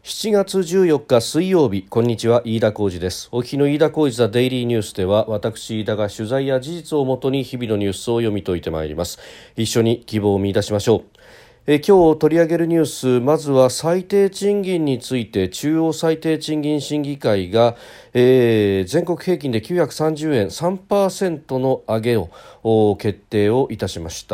7月14日水曜日、こんにちは、飯田浩司です。お聞きの飯田浩司ザデイリーニュースでは、私飯田が取材や事実をもとに日々のニュースを読み解いてまいります。一緒に希望を見出しましょう。今日取り上げるニュース、まずは最低賃金について中央最低賃金審議会が、全国平均で930円 3% の上げを決定をいたしました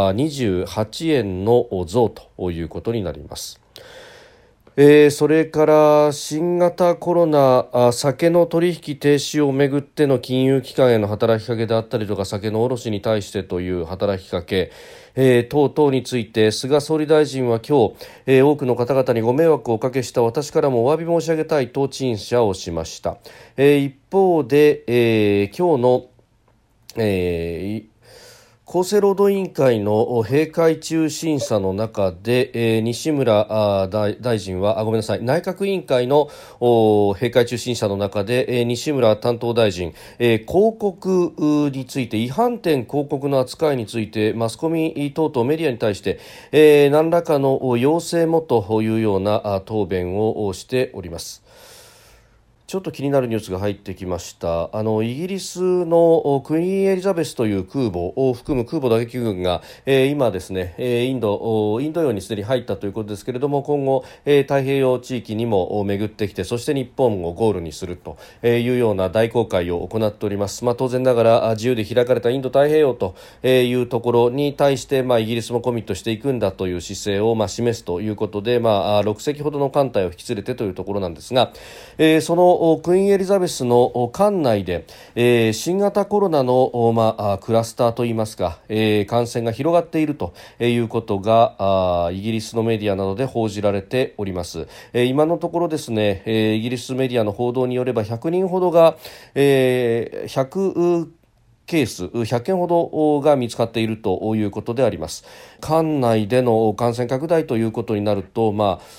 。28円の増ということになります。それから新型コロナ酒の取引停止をめぐっての金融機関への働きかけであったりとか、酒の卸に対してという働きかけ、等々について菅総理大臣は今日、多くの方々にご迷惑をおかけした私からもお詫び申し上げたいと陳謝をしました。一方で、今日の、厚生労働委員会の閉会中審査の中で、西村大臣は内閣委員会の閉会中審査の中で、西村担当大臣、広告について違反点広告の扱いについてマスコミ等々メディアに対して、何らかの要請もというような答弁をしております。ちょっと気になるニュースが入ってきました。イギリスのクイーンエリザベスという空母を含む空母打撃群が、今ですね、インド洋にすでに入ったということですけれども、今後、太平洋地域にも巡ってきて、そして日本をゴールにするというような大航海を行っております。当然ながら自由で開かれたインド太平洋というところに対して、イギリスもコミットしていくんだという姿勢を示すということで、6隻ほどの艦隊を引き連れてというところなんですが、そのクイーンエリザベスの艦内で、新型コロナの、クラスターといいますか、感染が広がっているということがイギリスのメディアなどで報じられております。今のところですね、イギリスメディアの報道によれば100人ほどが、100ケース100件ほどが見つかっているということであります。艦内での感染拡大ということになると、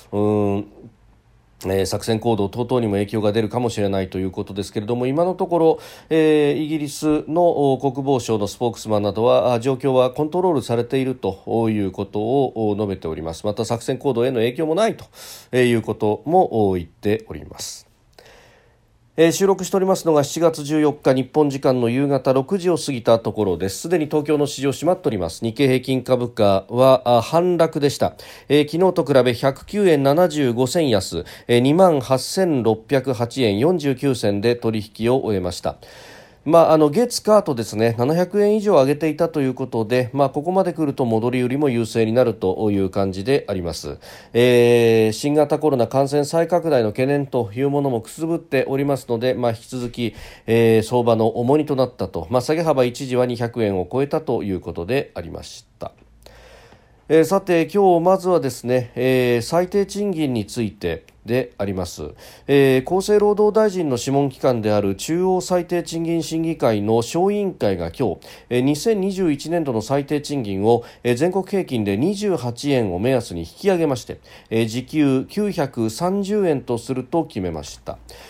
作戦行動等々にも影響が出るかもしれないということですけれども、今のところ、イギリスの国防省のスポークスマンなどは状況はコントロールされているということを述べております。また作戦行動への影響もないということも言っております。収録しておりますのが7月14日日本時間の夕方6時を過ぎたところです。すでに東京の市場閉まっております。日経平均株価は反落でした。昨日と比べ109円75銭安、28,608円49銭で取引を終えました。月火とですね700円以上上げていたということで、ここまで来ると戻り売りも優勢になるという感じであります。新型コロナ感染再拡大の懸念というものもくすぶっておりますので、引き続き、相場の重荷となったと、下げ幅一時は200円を超えたということでありました。さて今日まずはですね、最低賃金についてであります。厚生労働大臣の諮問機関である中央最低賃金審議会の小委員会が今日、2021年度の最低賃金を、全国平均で28円を目安に引き上げまして、時給930円とすると決めました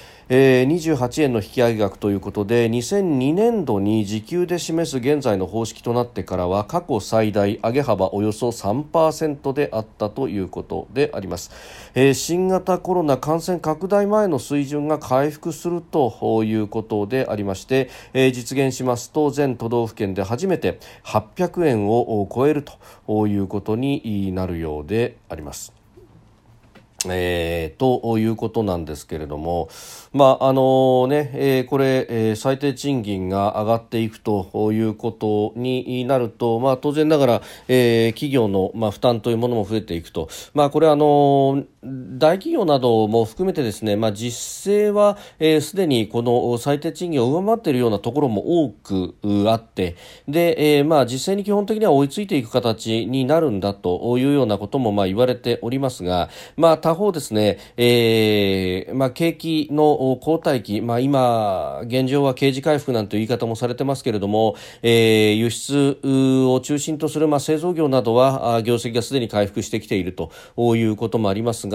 。28円の引き上げ額ということで、2002年度に時給で示す現在の方式となってからは過去最大、上げ幅およそ 3% であったということであります。新型コロナ感染拡大前の水準が回復するということでありまして、実現しますと全都道府県で初めて800円を超えるということになるようであります。ということなんですけれども、これ、最低賃金が上がっていくということになると、当然ながら、企業の、負担というものも増えていくと、これは大企業なども含めてですね、実勢はすでにこの最低賃金を上回っているようなところも多くあって、で、実際に基本的には追いついていく形になるんだというようなことも言われておりますが、他方ですね、景気の後退期、今現状は経時回復なんていう言い方もされてますけれども、輸出を中心とする製造業などは業績がすでに回復してきているということもありますが、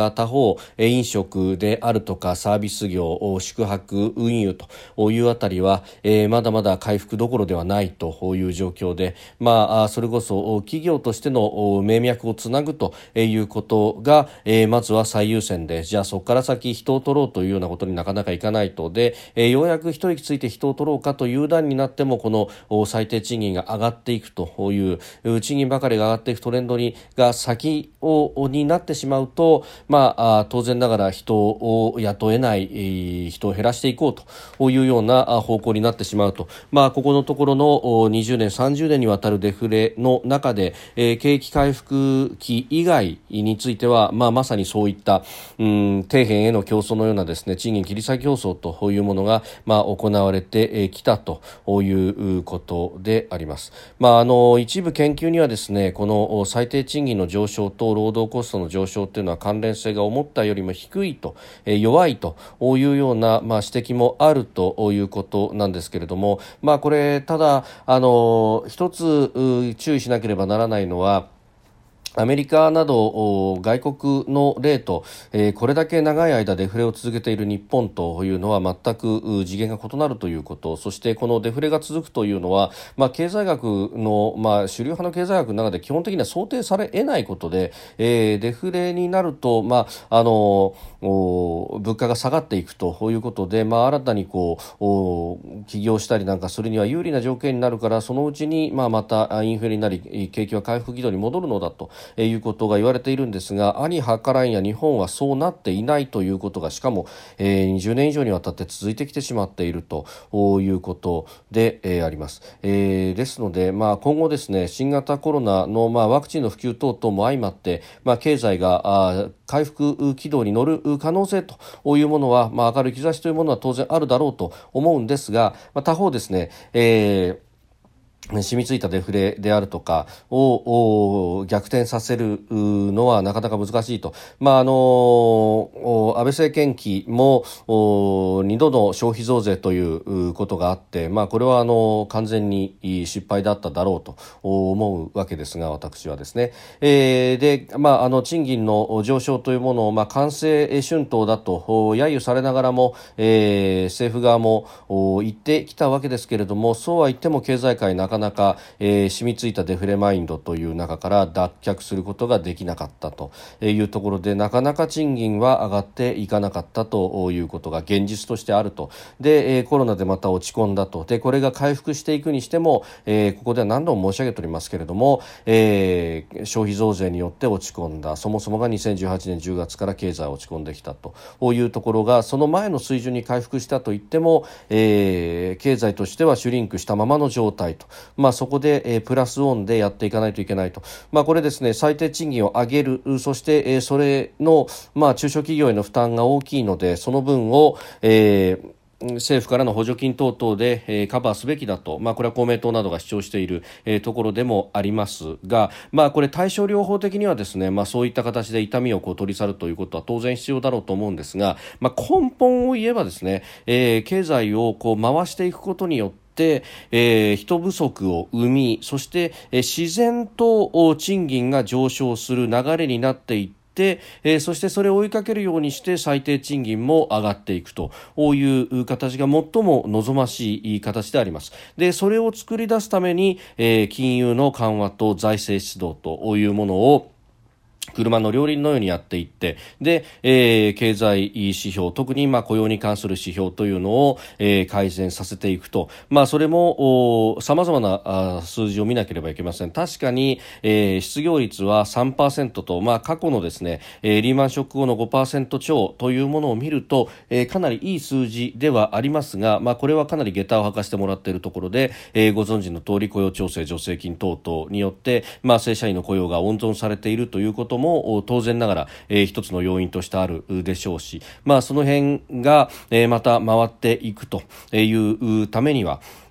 が、他方飲食であるとかサービス業、宿泊運輸というあたりは、まだまだ回復どころではないという状況で、それこそ企業としての命脈をつなぐということが、まずは最優先で、じゃあそこから先人を取ろうというようなことになかなかいかないと。で、ようやく一息ついて人を取ろうかという段になっても、この最低賃金が上がっていくという賃金ばかりが上がっていくトレンドが先になってしまうと、当然ながら人を雇えない、人を減らしていこうというような方向になってしまうと、ここのところの20年30年にわたるデフレの中で、景気回復期以外については、まさにそういった底辺への競争のようなですね、賃金切り下げ競争というものが、行われてきたということであります。一部研究にはですね、この最低賃金の上昇と労働コストの上昇というのは関連性が思ったよりも低いと、弱いというような、指摘もあるということなんですけれども、これただ一つ注意しなければならないのは、アメリカなど外国の例と、これだけ長い間デフレを続けている日本というのは全く次元が異なるということ、そしてこのデフレが続くというのは、経済学の、主流派の経済学の中で基本的には想定され得ないことで、デフレになると、物価が下がっていくということで、新たに起業したりなんかするには有利な条件になるから、そのうちに、またインフレになり景気は回復軌道に戻るのだということが言われているんですが、兄計らんや日本はそうなっていないということが、しかも、20年以上にわたって続いてきてしまっているということで、あります。ですので、今後ですね、新型コロナの、ワクチンの普及等々も相まって、経済が回復軌道に乗る可能性というものは、明るい兆しというものは当然あるだろうと思うんですが、他方ですね、染みついたデフレであるとかを逆転させるのはなかなか難しいと。安倍政権期も2度の消費増税ということがあって、これは完全に失敗だっただろうと思うわけですが、私はですね、で、賃金の上昇というものを、官製春闘だと揶揄されながらも、政府側も言ってきたわけですけれども、そうは言っても経済界なかなか、染みついたデフレマインドという中から脱却することができなかったというところで、なかなか賃金は上がっていかなかったということが現実としてあると。で、コロナでまた落ち込んだと。で、これが回復していくにしても、ここでは何度も申し上げておりますけれども、消費増税によって落ち込んだ、そもそもが2018年10月から経済落ち込んできたというところが、その前の水準に回復したといっても、経済としてはシュリンクしたままの状態と。そこで、プラスオンでやっていかないといけないと。これですね、最低賃金を上げる、そして、それの、中小企業への負担が大きいので、その分を、政府からの補助金等々で、カバーすべきだと、これは公明党などが主張している、ところでもありますが、これ対症療法的にはですね、そういった形で痛みを取り去るということは当然必要だろうと思うんですが、根本を言えばですね、経済を回していくことによって人不足を生み、そして、自然と賃金が上昇する流れになっていって、そしてそれを追いかけるようにして最低賃金も上がっていくという形が最も望ましい形であります。で、それを作り出すために、金融の緩和と財政出動というものを車の両輪のようにやっていって、で、経済指標、特に雇用に関する指標というのを、改善させていくと、それも様々な数字を見なければいけません。確かに、失業率は 3% と、過去のですね、リーマンショック後の 5% 超というものを見ると、かなりいい数字ではありますが、これはかなり下駄を履かせてもらっているところで、ご存知の通り雇用調整助成金等々によって、正社員の雇用が温存されているということも当然ながら、一つの要因としてあるでしょうし、その辺が、また回っていくというためには、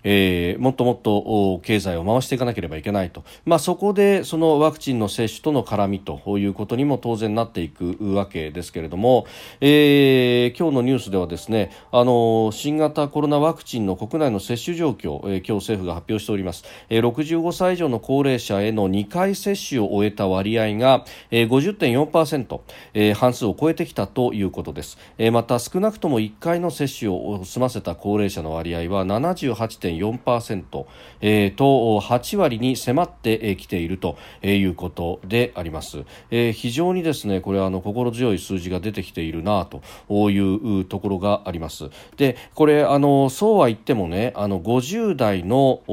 もっともっと経済を回していかなければいけないと、そこでそのワクチンの接種との絡みということにも当然なっていくわけですけれども、今日のニュースではですね、新型コロナワクチンの国内の接種状況、今日政府が発表しております。65歳以上の高齢者への2回接種を終えた割合が、50.4%、半数を超えてきたということです。また少なくとも1回の接種を済ませた高齢者の割合は 78.4%、と8割に迫ってきているということであります。非常にですね、これは心強い数字が出てきているなというところがあります。で、これそうは言ってもね、50代の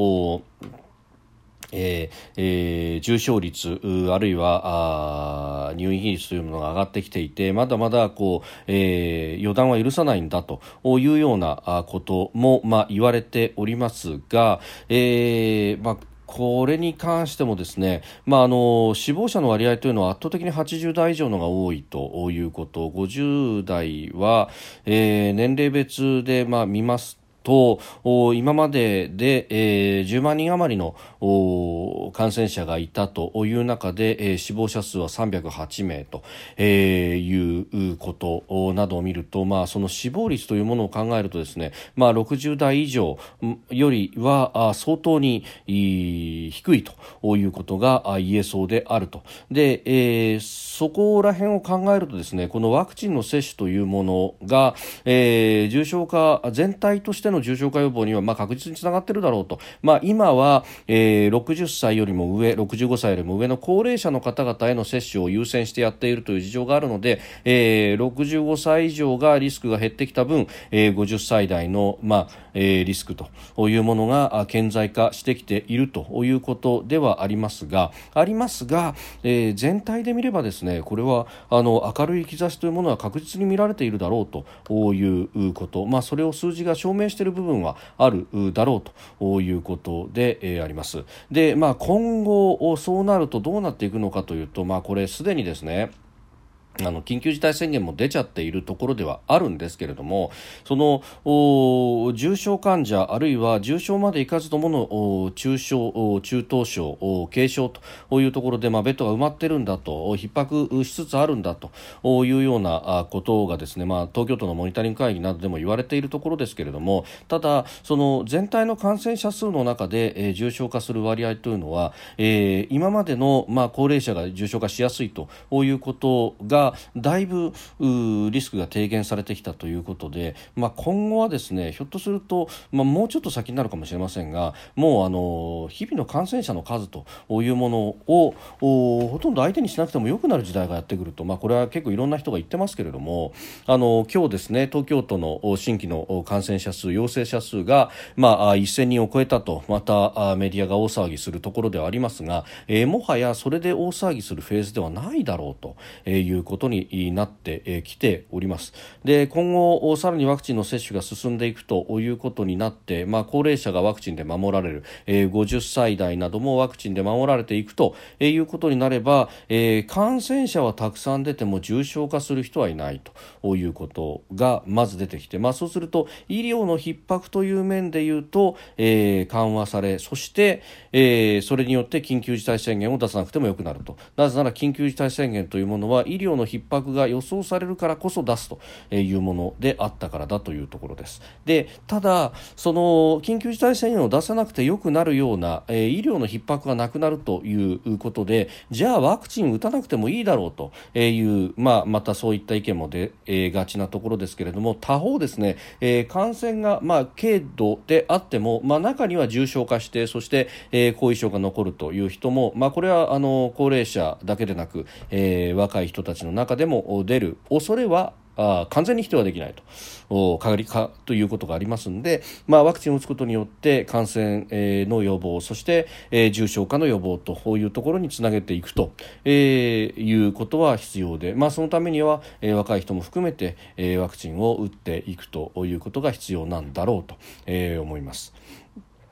重症率あるいは入院率というものが上がってきていて、まだまだ予断は許さないんだというようなことも言われておりますが、これに関してもですね、死亡者の割合というのは圧倒的に80代以上のが多いということ、50代は、年齢別で見ますと今までで、10万人余りの感染者がいたという中で、死亡者数は308名と、いうことなどを見ると、その死亡率というものを考えるとですね、60代以上よりは相当に低いということが言えそうであると。で、そこら辺を考えるとですね、このワクチンの接種というものが、重症化全体としての重症化予防には確実につながっているだろうと。今は、60歳よりも上、65歳よりも上の高齢者の方々への接種を優先してやっているという事情があるので、65歳以上がリスクが減ってきた分、50歳代の、リスクというものが顕在化してきているということではありますが、全体で見ればですね、これは明るい兆しというものは確実に見られているだろうということ、それを数字が証明している部分はあるだろうということで、あります。で、今後そうなるとどうなっていくのかというと、これすでにですね、緊急事態宣言も出ちゃっているところではあるんですけれども、その重症患者あるいは重症までいかずともの中等症軽症というところで、ベッドが埋まっているんだと、逼迫しつつあるんだというようなことがですね、東京都のモニタリング会議などでも言われているところですけれども、ただその全体の感染者数の中で、重症化する割合というのは、今までの、高齢者が重症化しやすいということがだいぶリスクが低減されてきたということで、今後はですね、ひょっとすると、もうちょっと先になるかもしれませんが、もう日々の感染者の数というものをほとんど相手にしなくても良くなる時代がやってくると、これは結構いろんな人が言ってますけれども、今日ですね、東京都の新規の感染者数陽性者数が、1000人を超えたと、またメディアが大騒ぎするところではありますが、もはやそれで大騒ぎするフェーズではないだろうということになってきております。で、今後さらにワクチンの接種が進んでいくということになって、高齢者がワクチンで守られる、50歳代などもワクチンで守られていくということになれば、感染者はたくさん出ても重症化する人はいないということがまず出てきて、そうすると医療の逼迫という面でいうと、緩和され、そして、それによって緊急事態宣言を出さなくてもよくなると。なぜなら緊急事態宣言というものは医療の逼迫が予想されるからこそ出すというものであったからだというところです。で、ただその緊急事態宣言を出さなくてよくなるような、医療の逼迫がなくなるということで、じゃあワクチン打たなくてもいいだろうという、またそういった意見も出がちなところですけれども、他方ですね、感染が軽度であっても、中には重症化して、そして、後遺症が残るという人も、これは高齢者だけでなく、若い人たちの中でも出る恐れは完全に否定はできないと限りかということがありますので、ワクチンを打つことによって感染の予防、そして、重症化の予防というところにつなげていくということは必要で、そのためには若い人も含めてワクチンを打っていくということが必要なんだろうと思います。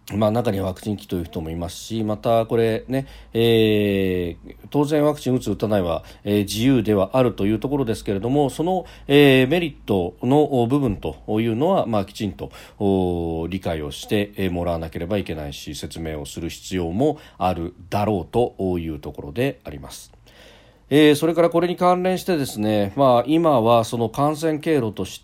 中にはワクチン危機という人もいますし、またこれね、当然ワクチン打つ打たないは、自由ではあるというところですけれども、その、メリットの部分というのは、きちんと理解をしてもらわなければいけないし、説明をする必要もあるだろうというところであります。それからこれに関連してですね、今はその感染経路として、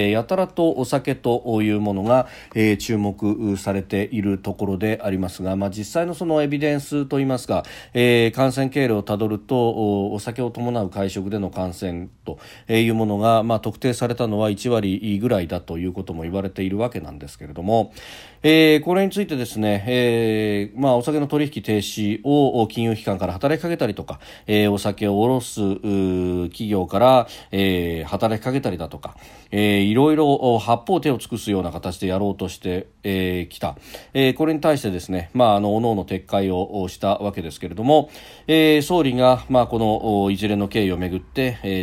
やたらとお酒というものが、注目されているところでありますが、実際のそのエビデンスといいますか、感染経路をたどるとお酒を伴う会食での感染というものが、特定されたのは1割ぐらいだということも言われているわけなんですけれども、これについてですね、お酒の取引停止を金融機関から働きかけたりとか、お酒を卸す企業から、働きかけたりだとか、いろいろ八方手を尽くすような形でやろうとしてきた、これに対してですね、各々撤回をしたわけですけれども、総理が、この一連の経緯をめぐって、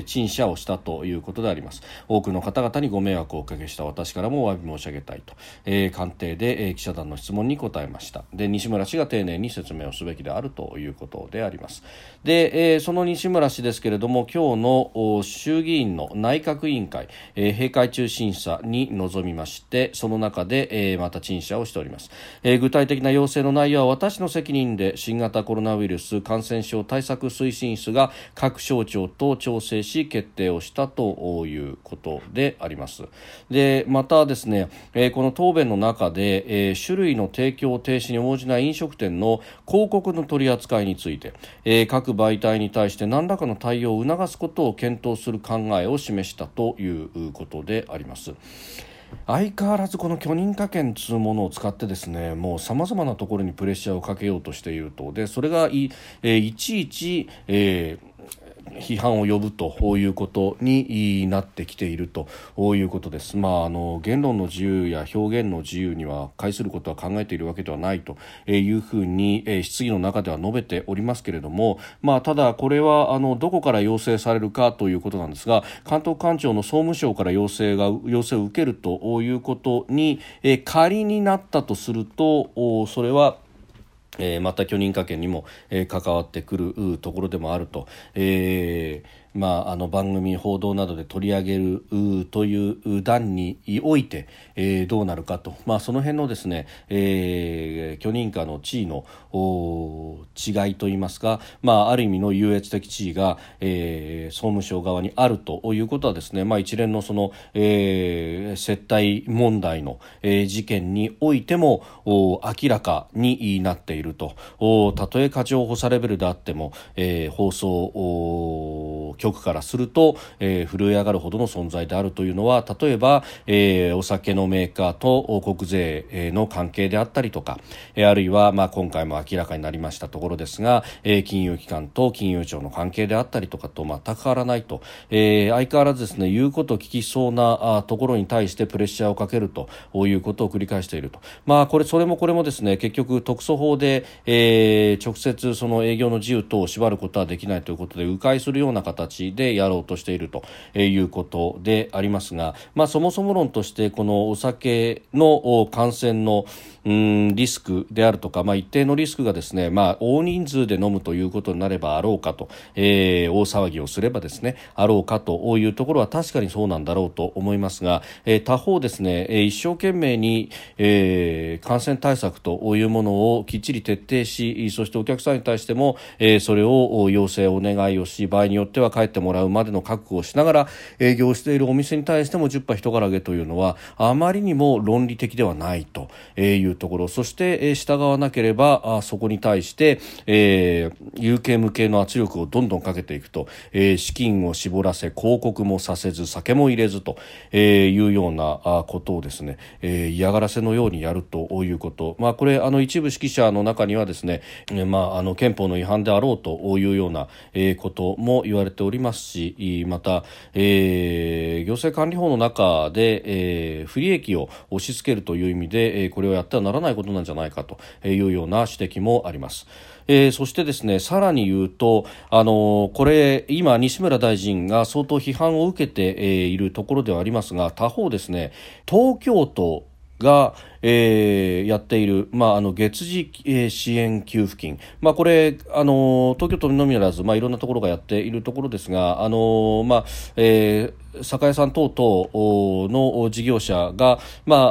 陳謝をしたということであります。多くの方々にご迷惑をおかけした私からもお詫び申し上げたいと、官邸で記者団の質問に答えました。で、西村氏が丁寧に説明をすべきであるということであります。で、その西村氏ですけれども、今日の衆議院の内閣委員会、閉会中審査に臨みまして、その中で、また陳謝をしております。具体的な要請の内容は私の責任で、新型コロナウイルス感染症対策推進室が各省庁と調整し決定をしたということであります。で、またですね、この答弁の中で、酒類の提供停止に応じない飲食店の広告の取り扱いについて、各媒体に対して何らかの対応を促すことを検討する考えを示したということであります。相変わらずこの許認可権というものを使ってですね、もう様々なところにプレッシャーをかけようとしていると。で、それがいちいち、批判を呼ぶということになってきているということです。言論の自由や表現の自由には介することは考えているわけではないというふうに、質疑の中では述べておりますけれども、ただこれはどこから要請されるかということなんですが、関東官庁の総務省から要請を受けるということに、仮になったとすると、それはまた許認可権にも、関わってくるところでもあると、番組報道などで取り上げるという段において、どうなるかと、その辺のですね、許認可の地位の違いといいますか、ある意味の優越的地位が、総務省側にあるということはですね、一連のその、接待問題の、事件においても明らかになっていると。たとえ過剰補佐レベルであっても、放送局からすると、震え上がるほどの存在であるというのは、例えば、お酒のメーカーと国税の関係であったりとか、あるいは、今回も明らかになりましたところですが、金融機関と金融庁の関係であったりとかと全く変わらないと、相変わらずですね、言うことを聞きそうなところに対してプレッシャーをかけるということを繰り返していると。それもこれもですね、結局特措法で、直接その営業の自由等を縛ることはできないということで迂回するような形でやろうとしているということでありますが、そもそも論としてこのお酒の感染のリスクであるとか、一定のリスクがですね、大人数で飲むということになればあろうかと、大騒ぎをすればですねあろうかというところは確かにそうなんだろうと思いますが、他方ですね、一生懸命に、感染対策というものをきっちり徹底し、そしてお客さんに対しても、それを要請お願いをし、場合によっては帰ってもらうまでの覚悟をしながら営業しているお店に対しても10杯人からげというのはあまりにも論理的ではないというところ、そして従わなければそこに対して有形無形の圧力をどんどんかけていくと、資金を絞らせ広告もさせず酒も入れずというようなことをですね、嫌がらせのようにやるということ、これ一部指揮者の中にはですね、憲法の違反であろうというようなことも言われておりますし、また、行政管理法の中で、不利益を押し付けるという意味で、これをやってはならないことなんじゃないかというような指摘もあります。そしてですね、さらに言うと、これ今西村大臣が相当批判を受けているところではありますが、他方ですね、東京都が、やっている、月次、支援給付金、これ東京都のみならず、いろんなところがやっているところですが、酒屋さん等々の事業者が、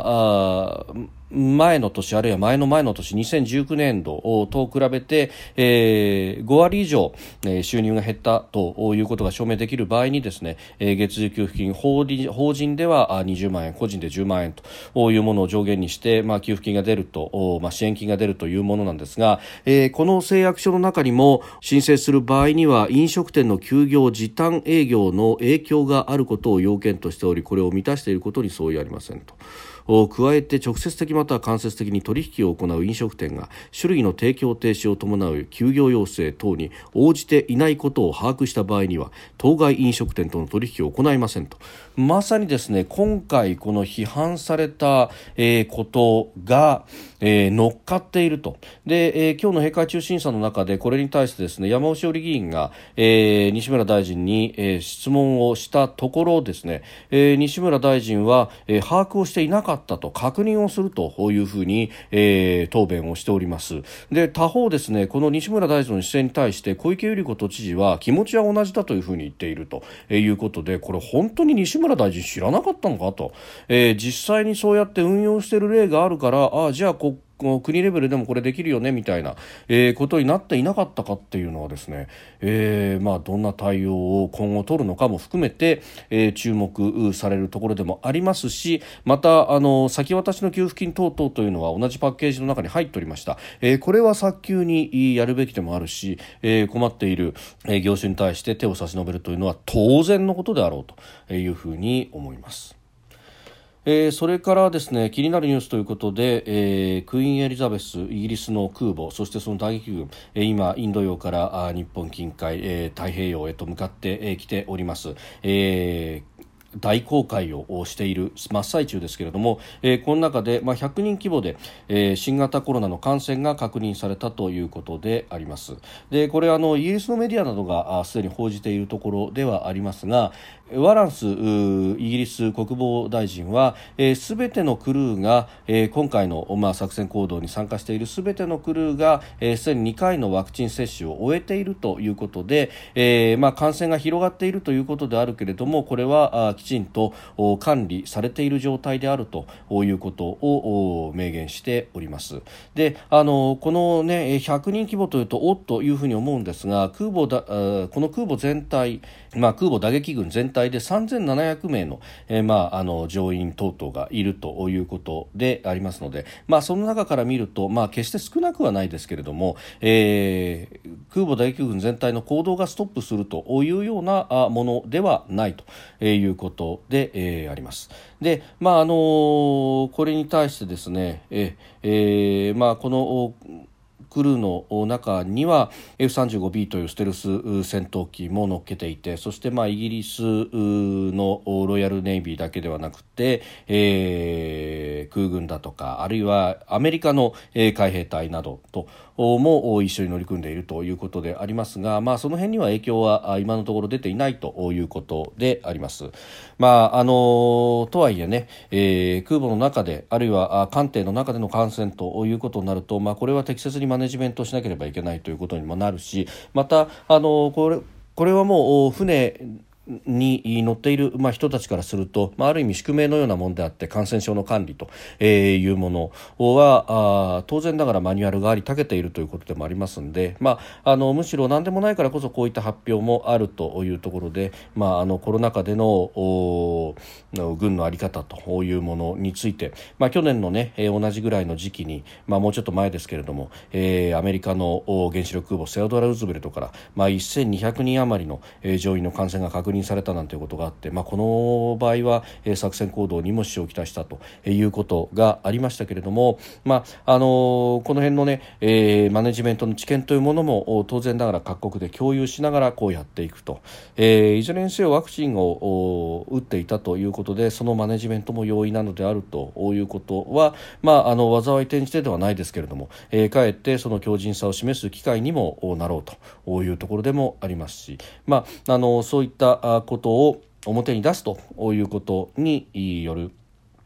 前の年あるいは前の前の年2019年度と比べて、5割以上、収入が減ったということが証明できる場合にですね、月次給付金法人では20万円個人で10万円というものを上限にして、給付金が出ると、支援金が出るというものなんですが、この誓約書の中にも申請する場合には飲食店の休業時短営業の影響があることを要件としており、これを満たしていることに相違ありませんと。加えて直接的または間接的に取引を行う飲食店が酒類の提供停止を伴う休業要請等に応じていないことを把握した場合には当該飲食店との取引を行いませんと。まさにですね、今回この批判された、ことが、乗っかっていると。で、今日の閉会中審査の中でこれに対してですね、山尾志織議員が、西村大臣に、質問をしたところですね、西村大臣は、把握をしていなかったと確認をするというふうに、答弁をしております。で、他方ですね、この西村大臣の姿勢に対して小池百合子都知事は気持ちは同じだというふうに言っているということで、これ本当に西村大臣知らなかったのかと、実際にそうやって運用している例があるから、じゃあ国レベルでもこれできるよねみたいな、ことになっていなかったかっていうのはですね、どんな対応を今後取るのかも含めて、注目されるところでもありますし、また先渡しの給付金等々というのは同じパッケージの中に入っておりました。これは早急にやるべきでもあるし、困っている、業種に対して手を差し伸べるというのは当然のことであろうというふうに思います。それからですね、気になるニュースということで、クイーンエリザベスイギリスの空母、そしてその打撃群、今インド洋から日本近海、太平洋へと向かってきております。大航海をしている真っ最中ですけれども、この中で、100人規模で、新型コロナの感染が確認されたということであります。で、これイギリスのメディアなどがすでに報じているところではありますが、ワランスイギリス国防大臣はすべてのクルーが、今回の、作戦行動に参加しているすべてのクルーがすでに2回のワクチン接種を終えているということで、感染が広がっているということであるけれども、これはきちんと管理されている状態であるということを明言しております。で、この、100人規模というとおっというふうに思うんですが、この空母全体、空母打撃群全体で3700名の、乗員等々がいるということでありますので、その中から見ると、決して少なくはないですけれども、空母打撃群全体の行動がストップするというようなものではないということで、あります。で、これに対してですね、このクルーの中には F35B というステルス戦闘機も乗っけていて、そしてイギリスのロイヤルネイビーだけではなくて、空軍だとかあるいはアメリカの海兵隊などとも一緒に乗り組んでいるということでありますが、その辺には影響は今のところ出ていないということであります。とはいえね、空母の中であるいは艦艇の中での感染ということになると、これは適切にマネジメントしなければいけないということにもなるし、またこれはもう船に乗っている、人たちからすると、ある意味宿命のようなものであって、感染症の管理というものは当然ながらマニュアルがあり長けているということでもありますので、むしろ何でもないからこそこういった発表もあるというところで、コロナ禍での軍の在り方というものについて、去年のね、同じぐらいの時期に、もうちょっと前ですけれども、アメリカの原子力空母セアドラ・ルーズベルトから、1200人余りの乗員の感染が確認されたなんていうことがあって、この場合は作戦行動にも支障をきたしたということがありましたけれども、この辺のね、マネジメントの知見というものも当然ながら各国で共有しながらこうやっていくと、いずれにせよワクチンを打っていたということで、そのマネジメントも容易なのであるということは、災い転じてではないですけれども、かえってその強靭さを示す機会にもなろうというところでもありますし、そういったことを表に出すということによる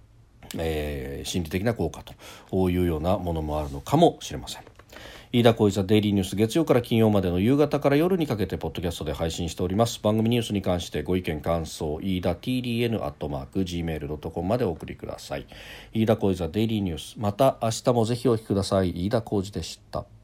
心理的な効果というようなものもあるのかもしれません。飯田浩司ザデイリーニュース、月曜から金曜までの夕方から夜にかけてポッドキャストで配信しております。番組ニュースに関してご意見感想、飯田 TDN@gmail.com までお送りください。飯田浩司ザデイリーニュース、また明日もぜひお聞きください。飯田浩司でした。